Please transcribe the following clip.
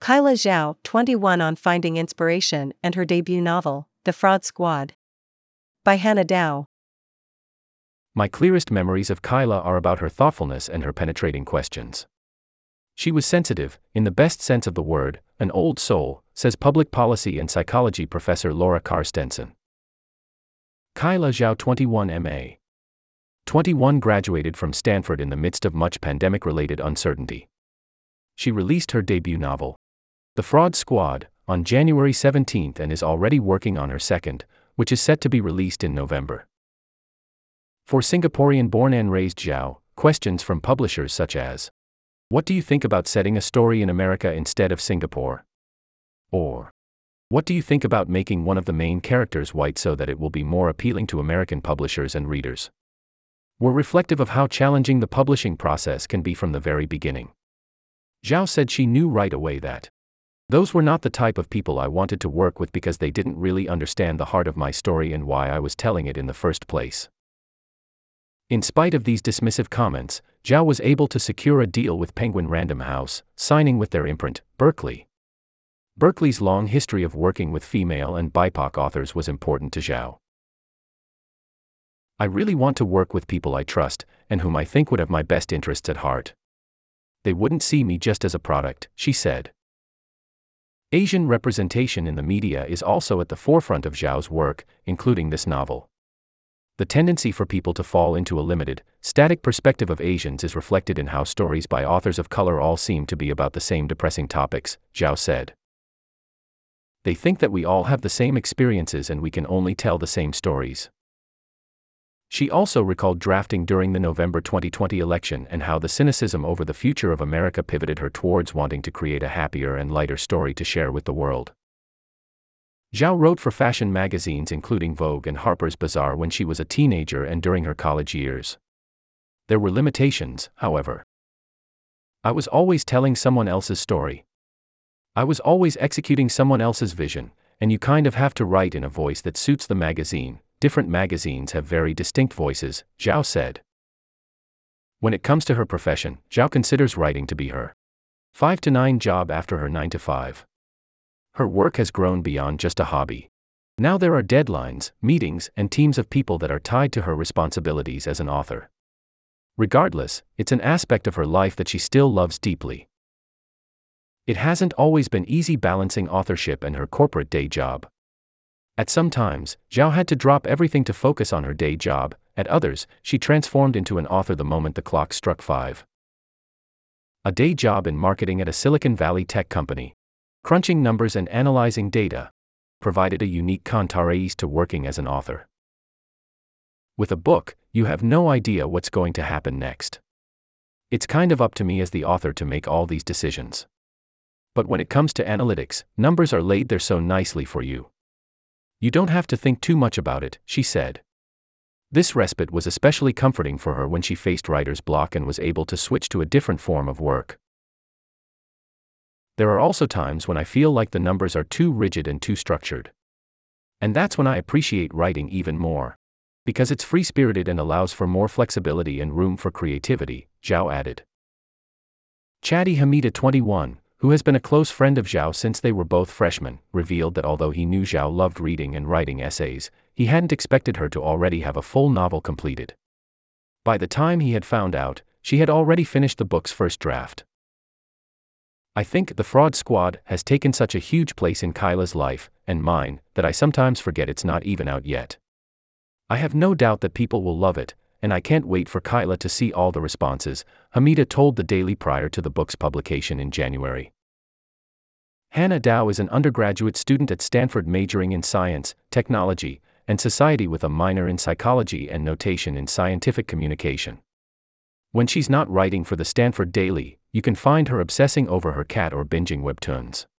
Kyla Zhao, 21, on finding inspiration and her debut novel, The Fraud Squad. By Hannah Dow. My clearest memories of Kyla are about her thoughtfulness and her penetrating questions. She was sensitive, in the best sense of the word, an old soul, says public policy and psychology professor Laura Carstensen. Kyla Zhao, 21, M.A. 21, graduated from Stanford in the midst of much pandemic-related uncertainty. She released her debut novel, The Fraud Squad, on January 17 and is already working on her second, which is set to be released in November. For Singaporean-born and raised Zhao, questions from publishers such as, "What do you think about setting a story in America instead of Singapore?" Or, "What do you think about making one of the main characters white so that it will be more appealing to American publishers and readers?" were reflective of how challenging the publishing process can be from the very beginning. Zhao said she knew right away that those were not the type of people I wanted to work with because they didn't really understand the heart of my story and why I was telling it in the first place. In spite of these dismissive comments, Zhao was able to secure a deal with Penguin Random House, signing with their imprint, Berkeley. Berkeley's long history of working with female and BIPOC authors was important to Zhao. "I really want to work with people I trust, and whom I think would have my best interests at heart. They wouldn't see me just as a product," she said. Asian representation in the media is also at the forefront of Zhao's work, including this novel. The tendency for people to fall into a limited, static perspective of Asians is reflected in how stories by authors of color all seem to be about the same depressing topics, Zhao said. "They think that we all have the same experiences and we can only tell the same stories." She also recalled drafting during the November 2020 election and how the cynicism over the future of America pivoted her towards wanting to create a happier and lighter story to share with the world. Zhao wrote for fashion magazines including Vogue and Harper's Bazaar when she was a teenager and during her college years. There were limitations, however. "I was always telling someone else's story. I was always executing someone else's vision, and you kind of have to write in a voice that suits the magazine. Different magazines have very distinct voices," Zhao said. When it comes to her profession, Zhao considers writing to be her 5 to 9 job after her 9 to 5. Her work has grown beyond just a hobby. Now there are deadlines, meetings, and teams of people that are tied to her responsibilities as an author. Regardless, it's an aspect of her life that she still loves deeply. It hasn't always been easy balancing authorship and her corporate day job. At some times, Zhao had to drop everything to focus on her day job. At others, she transformed into an author the moment the clock struck 5. A day job in marketing at a Silicon Valley tech company, crunching numbers and analyzing data, provided a unique contrast to working as an author. With a book, you have no idea what's going to happen next. It's kind of up to me as the author to make all these decisions. But when it comes to analytics, numbers are laid there so nicely for you. You don't have to think too much about it, she said. This respite was especially comforting for her when she faced writer's block and was able to switch to a different form of work. "There are also times when I feel like the numbers are too rigid and too structured. And that's when I appreciate writing even more. Because it's free-spirited and allows for more flexibility and room for creativity," Zhao added. Chadi Hamida, 21, who has been a close friend of Zhao since they were both freshmen, revealed that although he knew Zhao loved reading and writing essays, he hadn't expected her to already have a full novel completed. By the time he had found out, she had already finished the book's first draft. "I think The Fraud Squad has taken such a huge place in Kyla's life, and mine, that I sometimes forget it's not even out yet. I have no doubt that people will love it, and I can't wait for Kyla to see all the responses," Hamida told the Daily prior to the book's publication in January. Hannah Dow is an undergraduate student at Stanford majoring in science, technology, and society with a minor in psychology and notation in scientific communication. When she's not writing for the Stanford Daily, you can find her obsessing over her cat or binging webtoons.